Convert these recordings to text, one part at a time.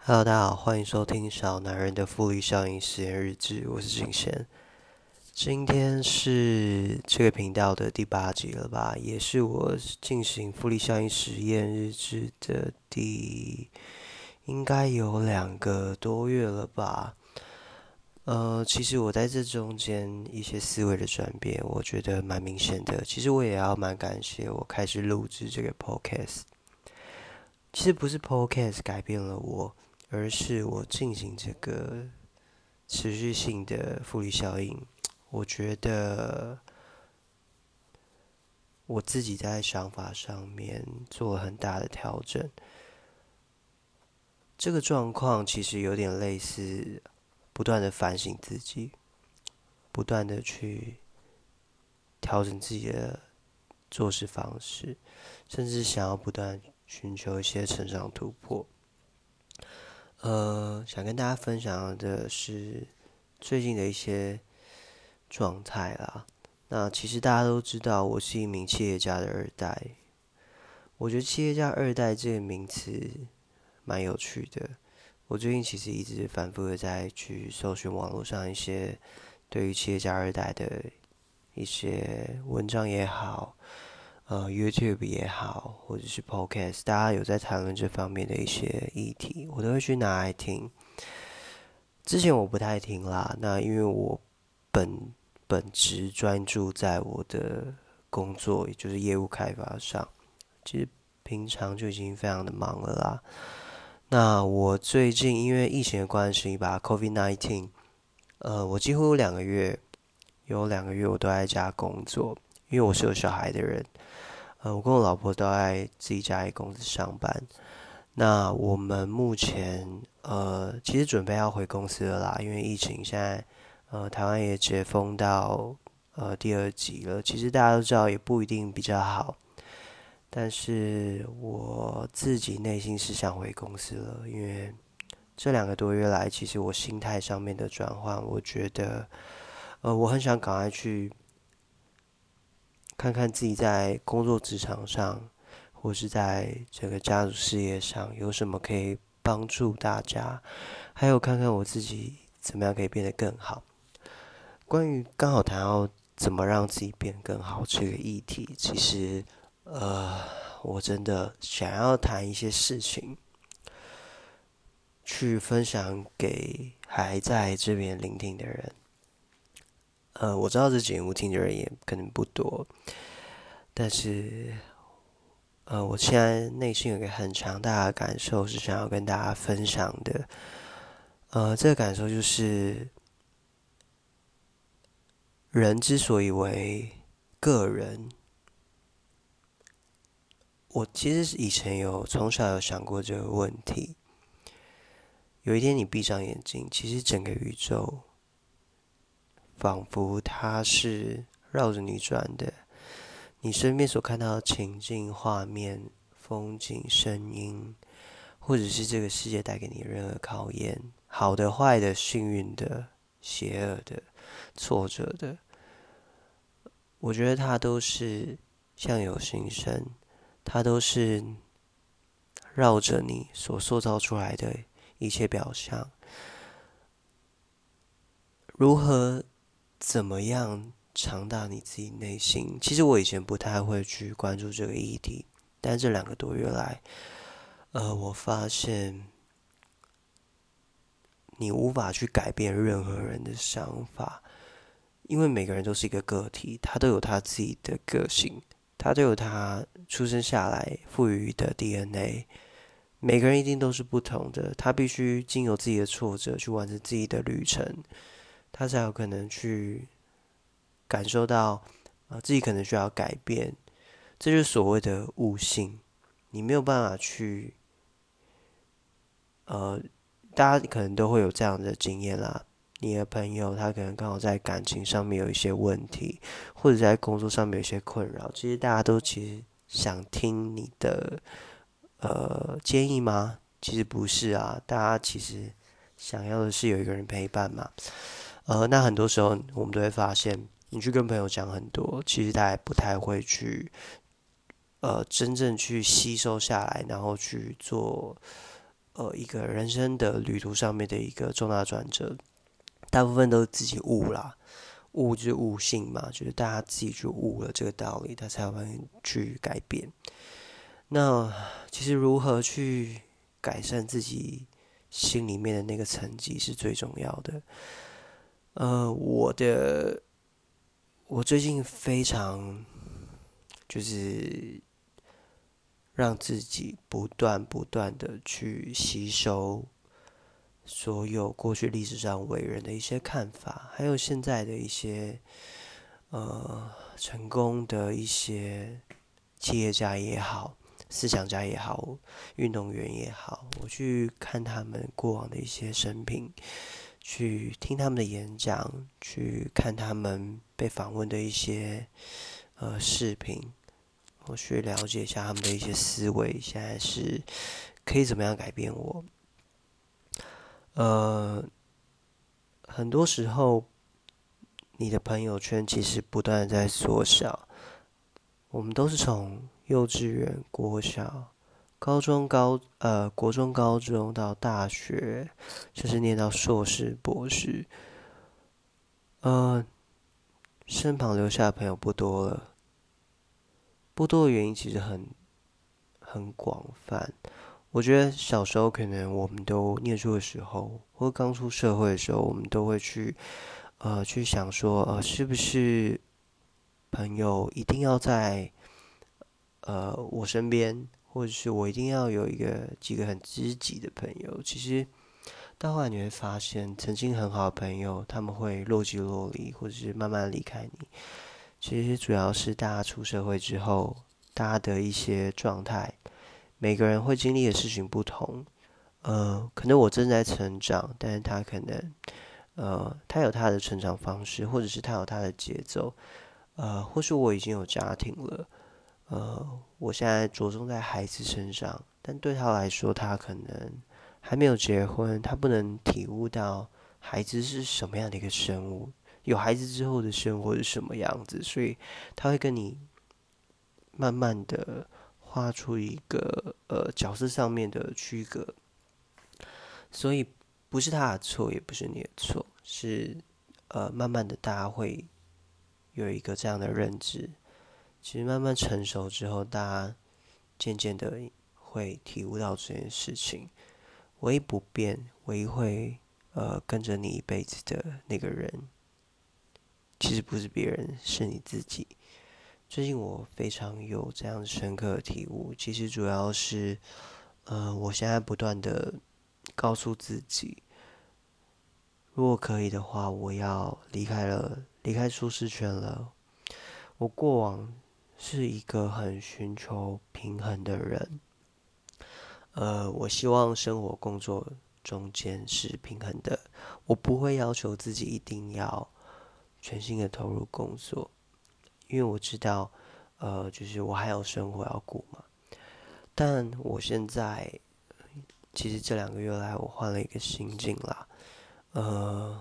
Hello，大家好，欢迎收听小男人的复利效应实验日志，我是景贤。今天是这个频道的第8集了吧，也是我进行复利效应实验日志的应该有2个多月了吧。其实我在这中间一些思维的转变，我觉得蛮明显的。其实我也要蛮感谢我开始录制这个 podcast。其实不是 podcast 改变了我，而是我进行这个持续性的复利效应。我觉得我自己在想法上面做了很大的调整。这个状况其实有点类似不断的反省自己，不断的去调整自己的做事方式，甚至想要不断寻求一些成长突破。想跟大家分享的是最近的一些状态啦。那其实大家都知道，我是一名企业家的二代。我觉得企业家二代这个名词蛮有趣的。我最近其实一直反复的在去搜寻网络上一些对于企业家二代的一些文章也好，YouTube 也好，或者是 Podcast，大家有在谈论这方面的一些议题，我都会去拿来听。之前我不太听啦，那因为我本本职专注在我的工作，也就是业务开发上，其实平常就已经非常的忙了啦。那我最近因为疫情的关系吧，COVID-19，我几乎有2个月我都在家工作，因为我是有小孩的人，我跟我老婆都在自己家里公司上班。那我们目前其实准备要回公司了啦，因为疫情现在台湾也解封到第2级了。其实大家都知道也不一定比较好，但是我自己内心是想回公司了，因为这2个多月来，其实我心态上面的转换，我觉得我很想赶快去看看自己在工作职场上，或是在这个家族事业上有什么可以帮助大家，还有看看我自己怎么样可以变得更好。关于刚好谈到怎么让自己变更好这个议题，其实呃，我真的想要谈一些事情，去分享给还在这边聆听的人。我知道这节目听的人也可能不多，但是我现在内心有一个很强大的感受，是想要跟大家分享的。这个感受就是，人之所以为个人，我其实以前从小有想过这个问题。有一天你闭上眼睛，其实整个宇宙仿佛它是绕着你转的。你身边所看到的情境、画面、风景、声音，或者是这个世界带给你任何考验，好的、坏的、幸运的、邪恶的、挫折的，我觉得它都是相由心生，它都是绕着你所塑造出来的一切表象。如何怎么样强大你自己内心？其实我以前不太会去关注这个议题，但这2个多月来，我发现你无法去改变任何人的想法，因为每个人都是一个个体，他都有他自己的个性，他都有他出生下来赋予的 DNA。每个人一定都是不同的，他必须经由自己的挫折去完成自己的旅程，他才有可能去感受到自己可能需要改变。这就是所谓的悟性。你没有办法去呃，大家可能都会有这样的经验啦。你的朋友他可能刚好在感情上面有一些问题，或者在工作上面有一些困扰，其实大家都其实想听你的建议吗？其实不是啊，大家其实想要的是有一个人陪伴嘛。那很多时候我们都会发现，你去跟朋友讲很多，其实他也不太会去真正去吸收下来，然后去做一个人生的旅途上面的一个重大转折，大部分都是自己悟啦。悟就是悟性嘛，就是大家自己去悟了这个道理，他才有办法去改变。那其实如何去改善自己心里面的那个层级是最重要的。我最近非常就是让自己不断的去吸收所有过去历史上伟人的一些看法，还有现在的一些成功的一些企业家也好，思想家也好，运动员也好，我去看他们过往的一些生平，去听他们的演讲，去看他们被访问的一些视频，我去了解一下他们的一些思维，现在是可以怎么样改变我。很多时候你的朋友圈其实不断的在缩小，我们都是从幼稚园、国小、国中、高中到大学，甚至念到硕士、博士，呃，身旁留下的朋友不多了。不多的原因其实很广泛。我觉得小时候可能我们都念书的时候，或刚出社会的时候，我们都会去想说，是不是朋友一定要在我身边，或者是我一定要有几个很知己的朋友。其实到后来你会发现，曾经很好的朋友，他们会若即若离，或者是慢慢离开你。其实主要是大家出社会之后，大家的一些状态，每个人会经历的事情不同。可能我正在成长，但是他可能，他有他的成长方式，或者是他有他的节奏，或是我已经有家庭了，我现在着重在孩子身上，但对他来说，他可能还没有结婚，他不能体悟到孩子是什么样的一个生物，有孩子之后的生活是什么样子，所以他会跟你慢慢的画出一个角色上面的区隔，所以不是他的错，也不是你的错，是慢慢的大家会有一个这样的认知。其实慢慢成熟之后，大家渐渐的会体悟到这件事情。唯一不变，唯一会跟着你一辈子的那个人，其实不是别人，是你自己。最近我非常有这样深刻的体悟，其实主要是我现在不断的告诉自己，如果可以的话，我要离开舒适圈了。我过往是一个很寻求平衡的人，我希望生活工作中间是平衡的，我不会要求自己一定要全心的投入工作，因为我知道，就是我还有生活要顾嘛。但我现在其实这2个月来，我换了一个心境啦，呃，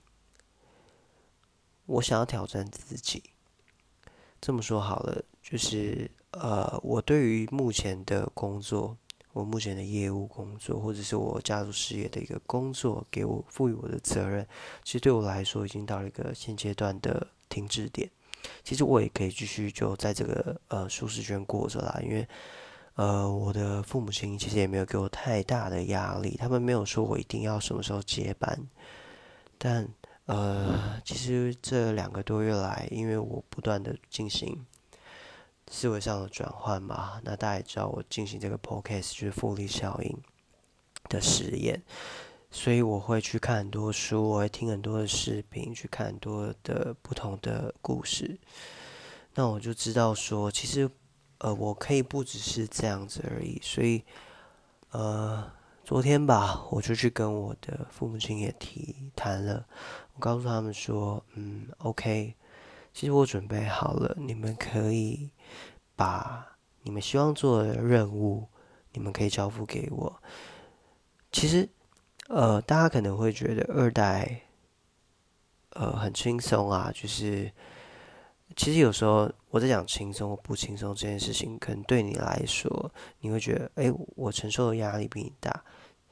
我想要挑战自己。这么说好了，就是我对于目前的工作，我目前的业务工作，或者是我家族事业的一个工作，给我赋予我的责任，其实对我来说已经到了一个现阶段的停滞点。其实我也可以继续就在这个舒适圈过着啦，因为我的父母亲其实也没有给我太大的压力，他们没有说我一定要什么时候接班，但其实这2个多月来，因为我不断的进行思维上的转换嘛，那大家也知道我进行这个 podcast 就是复利效应的实验，所以我会去看很多书，我会听很多的视频，去看很多的不同的故事。那我就知道说，其实我可以不只是这样子而已。所以昨天吧，我就去跟我的父母亲也谈了，我告诉他们说，OK，其实我准备好了，你们可以把你们希望做的任务，你们可以交付给我。其实，大家可能会觉得二代，很轻松啊，就是其实有时候我在讲轻松或不轻松这件事情，可能对你来说，你会觉得，我承受的压力比你大。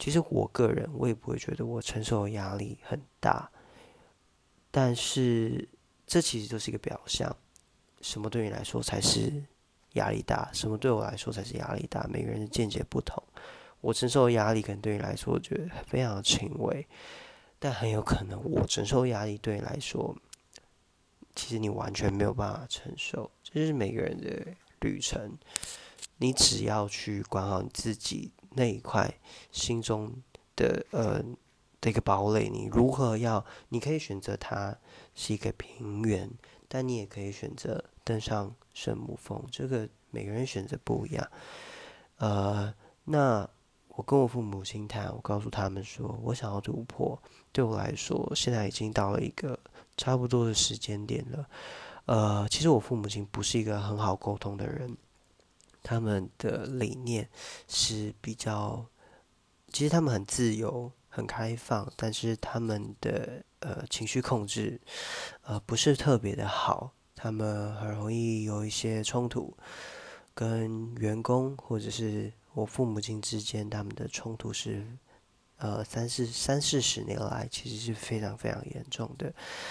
其实我个人我也不会觉得我承受的压力很大，但是这其实都是一个表象。什么对你来说才是压力大？什么对我来说才是压力大？每个人的见解不同。我承受的压力可能对你来说，我觉得非常的轻微，但很有可能我承受的压力对你来说，其实你完全没有办法承受。这就是每个人的旅程。你只要去管好你自己那一块心中的的一个堡垒，你可以选择它是一个平原，但你也可以选择登上圣母峰。这个每个人选择不一样。那我跟我父母亲谈，我告诉他们说，我想要突破，对我来说，现在已经到了一个差不多的时间点了。其实我父母亲不是一个很好沟通的人，他们的理念是比较，其实他们很自由、很开放，但是他们的情绪控制不是特别的好，他们很容易有一些冲突，跟员工或者是我父母亲之间，他们的冲突是三四十年来其实是非常非常严重的。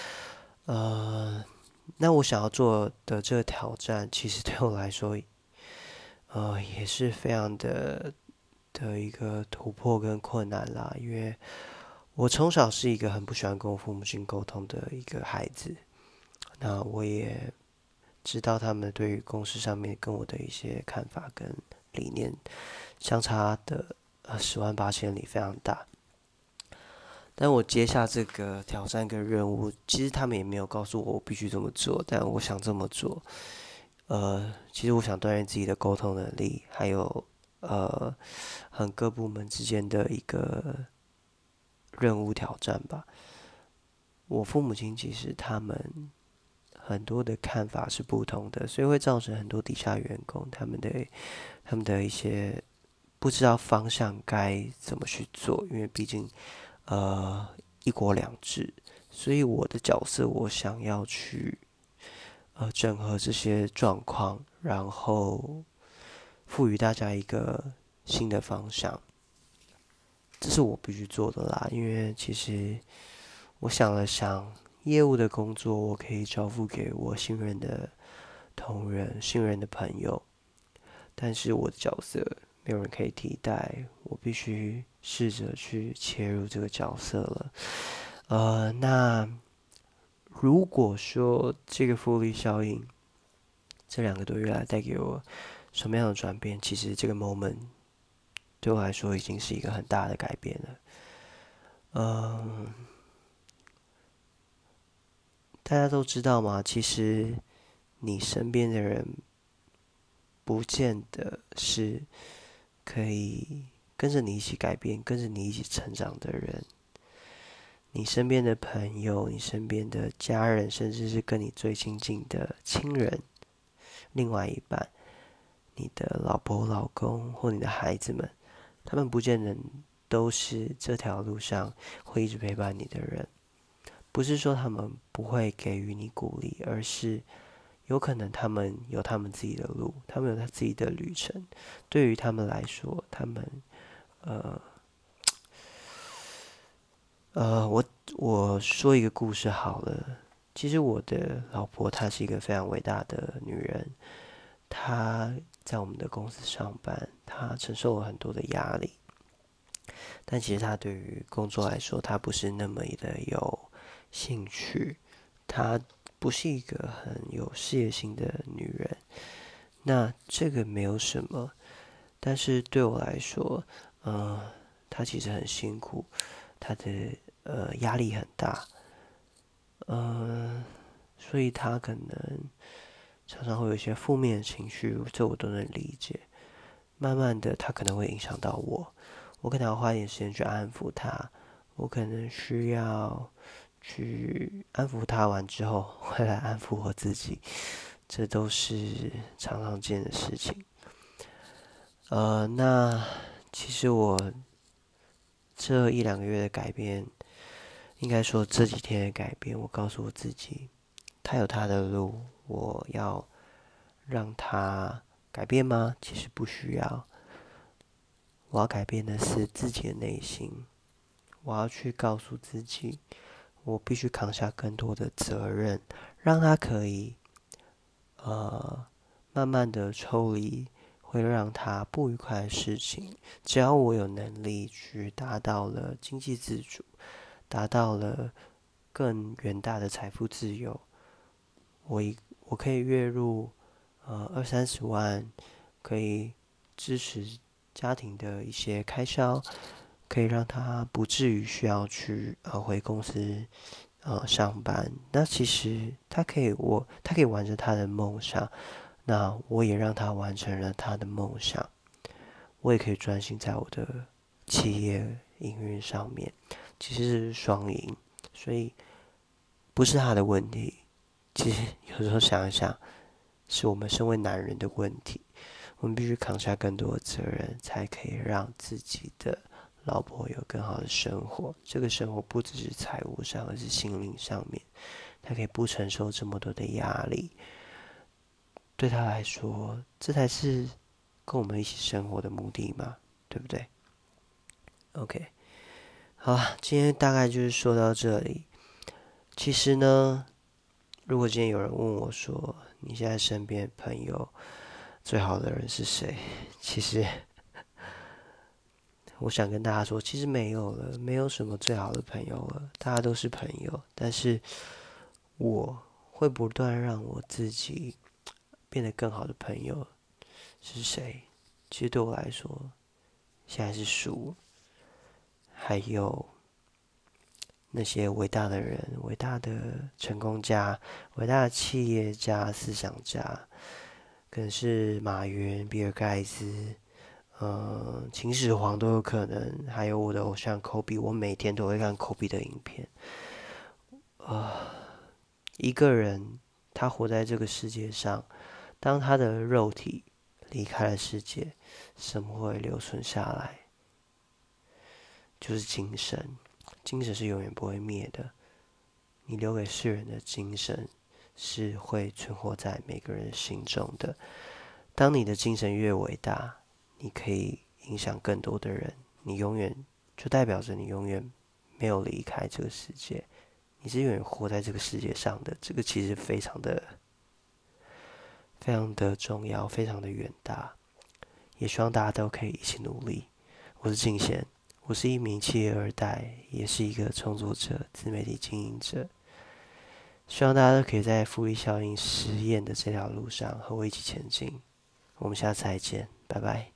那我想要做的这个挑战，其实对我来说，也是非常的一个突破跟困难啦。因为我从小是一个很不喜欢跟我父母亲沟通的一个孩子，那我也知道他们对于公司上面跟我的一些看法跟理念相差的10万8千里，非常大。但我接下这个挑战跟任务，其实他们也没有告诉我必须这么做，但我想这么做。其实我想锻炼自己的沟通能力，还有和各部门之间的一个任务挑战吧。我父母亲其实他们很多的看法是不同的，所以会造成很多底下员工他们的一些不知道方向该怎么去做，因为毕竟呃一国两制，所以我的角色我想要去整合这些状况，然后赋予大家一个新的方向，这是我必须做的啦。因为其实我想了想，业务的工作我可以交付给我信任的同仁、信任的朋友，但是我的角色没有人可以替代，我必须试着去切入这个角色了。那如果说这个复利效应这2个多月来带给我什么样的转变，其实这个 moment 对我来说已经是一个很大的改变了。嗯，大家都知道吗？其实你身边的人不见得是可以跟着你一起改变、跟着你一起成长的人。你身边的朋友、你身边的家人，甚至是跟你最亲近的亲人、另外一半，你的老婆、老公或你的孩子们，他们不见得都是这条路上会一直陪伴你的人。不是说他们不会给予你鼓励，而是有可能他们有他们自己的路，他们有他自己的旅程。对于他们来说，他们呃我说一个故事好了。其实我的老婆她是一个非常伟大的女人，她在我们的公司上班，她承受了很多的压力，但其实她对于工作来说，她不是那么的有兴趣，她不是一个很有事业心的女人。那这个没有什么，但是对我来说，她其实很辛苦，她的压力很大，所以她可能常常会有一些负面的情绪，这我都能理解。慢慢的，她可能会影响到我，我可能要花一点时间去安抚她，我可能需要去安抚她完之后，回来安抚我自己，这都是常常见的事情。那其实我这1、2个月的改变，应该说这几天的改变，我告诉我自己，他有他的路，我要让他改变吗？其实不需要。 我要改变的是自己的内心，我要去告诉自己，我必须扛下更多的责任，让他可以慢慢的抽离会让他不愉快的事情。只要我有能力去达到了经济自主，达到了更远大的财富自由，我可以月入20-30万，可以支持家庭的一些开销，可以让他不至于需要去回公司上班。那其实他可以完成他的梦想，那我也让他完成了他的梦想，我也可以专心在我的企业营运上面，其实是双赢，所以不是他的问题。其实有时候想一想，是我们身为男人的问题。我们必须扛下更多的责任，才可以让自己的老婆有更好的生活。这个生活不只是财务上，而是心灵上面，他可以不承受这么多的压力。对他来说，这才是跟我们一起生活的目的嘛，对不对 ？OK， 好了，今天大概就是说到这里。其实呢，如果今天有人问我说，你现在身边朋友最好的人是谁？其实我想跟大家说，其实没有了，没有什么最好的朋友了，大家都是朋友。但是我会不断让我自己变得更好的朋友是谁？其实对我来说，现在是书，还有那些伟大的人、伟大的成功家、伟大的企业家、思想家，可能是马云、比尔盖茨。秦始皇都有可能，还有我的偶像科比，我每天都会看科比的影片。一个人他活在这个世界上，当他的肉体离开了世界，什么会留存下来？就是精神，精神是永远不会灭的。你留给世人的精神，是会存活在每个人心中的。当你的精神越伟大，你可以影响更多的人，你永远就代表着你永远没有离开这个世界，你是永远活在这个世界上的。这个其实非常的重要，非常的远大，也希望大家都可以一起努力。我是敬贤，我是一名企业二代，也是一个创作者、自媒体经营者。希望大家都可以在复利效应实验的这条路上和我一起前进。我们下次再见，拜拜。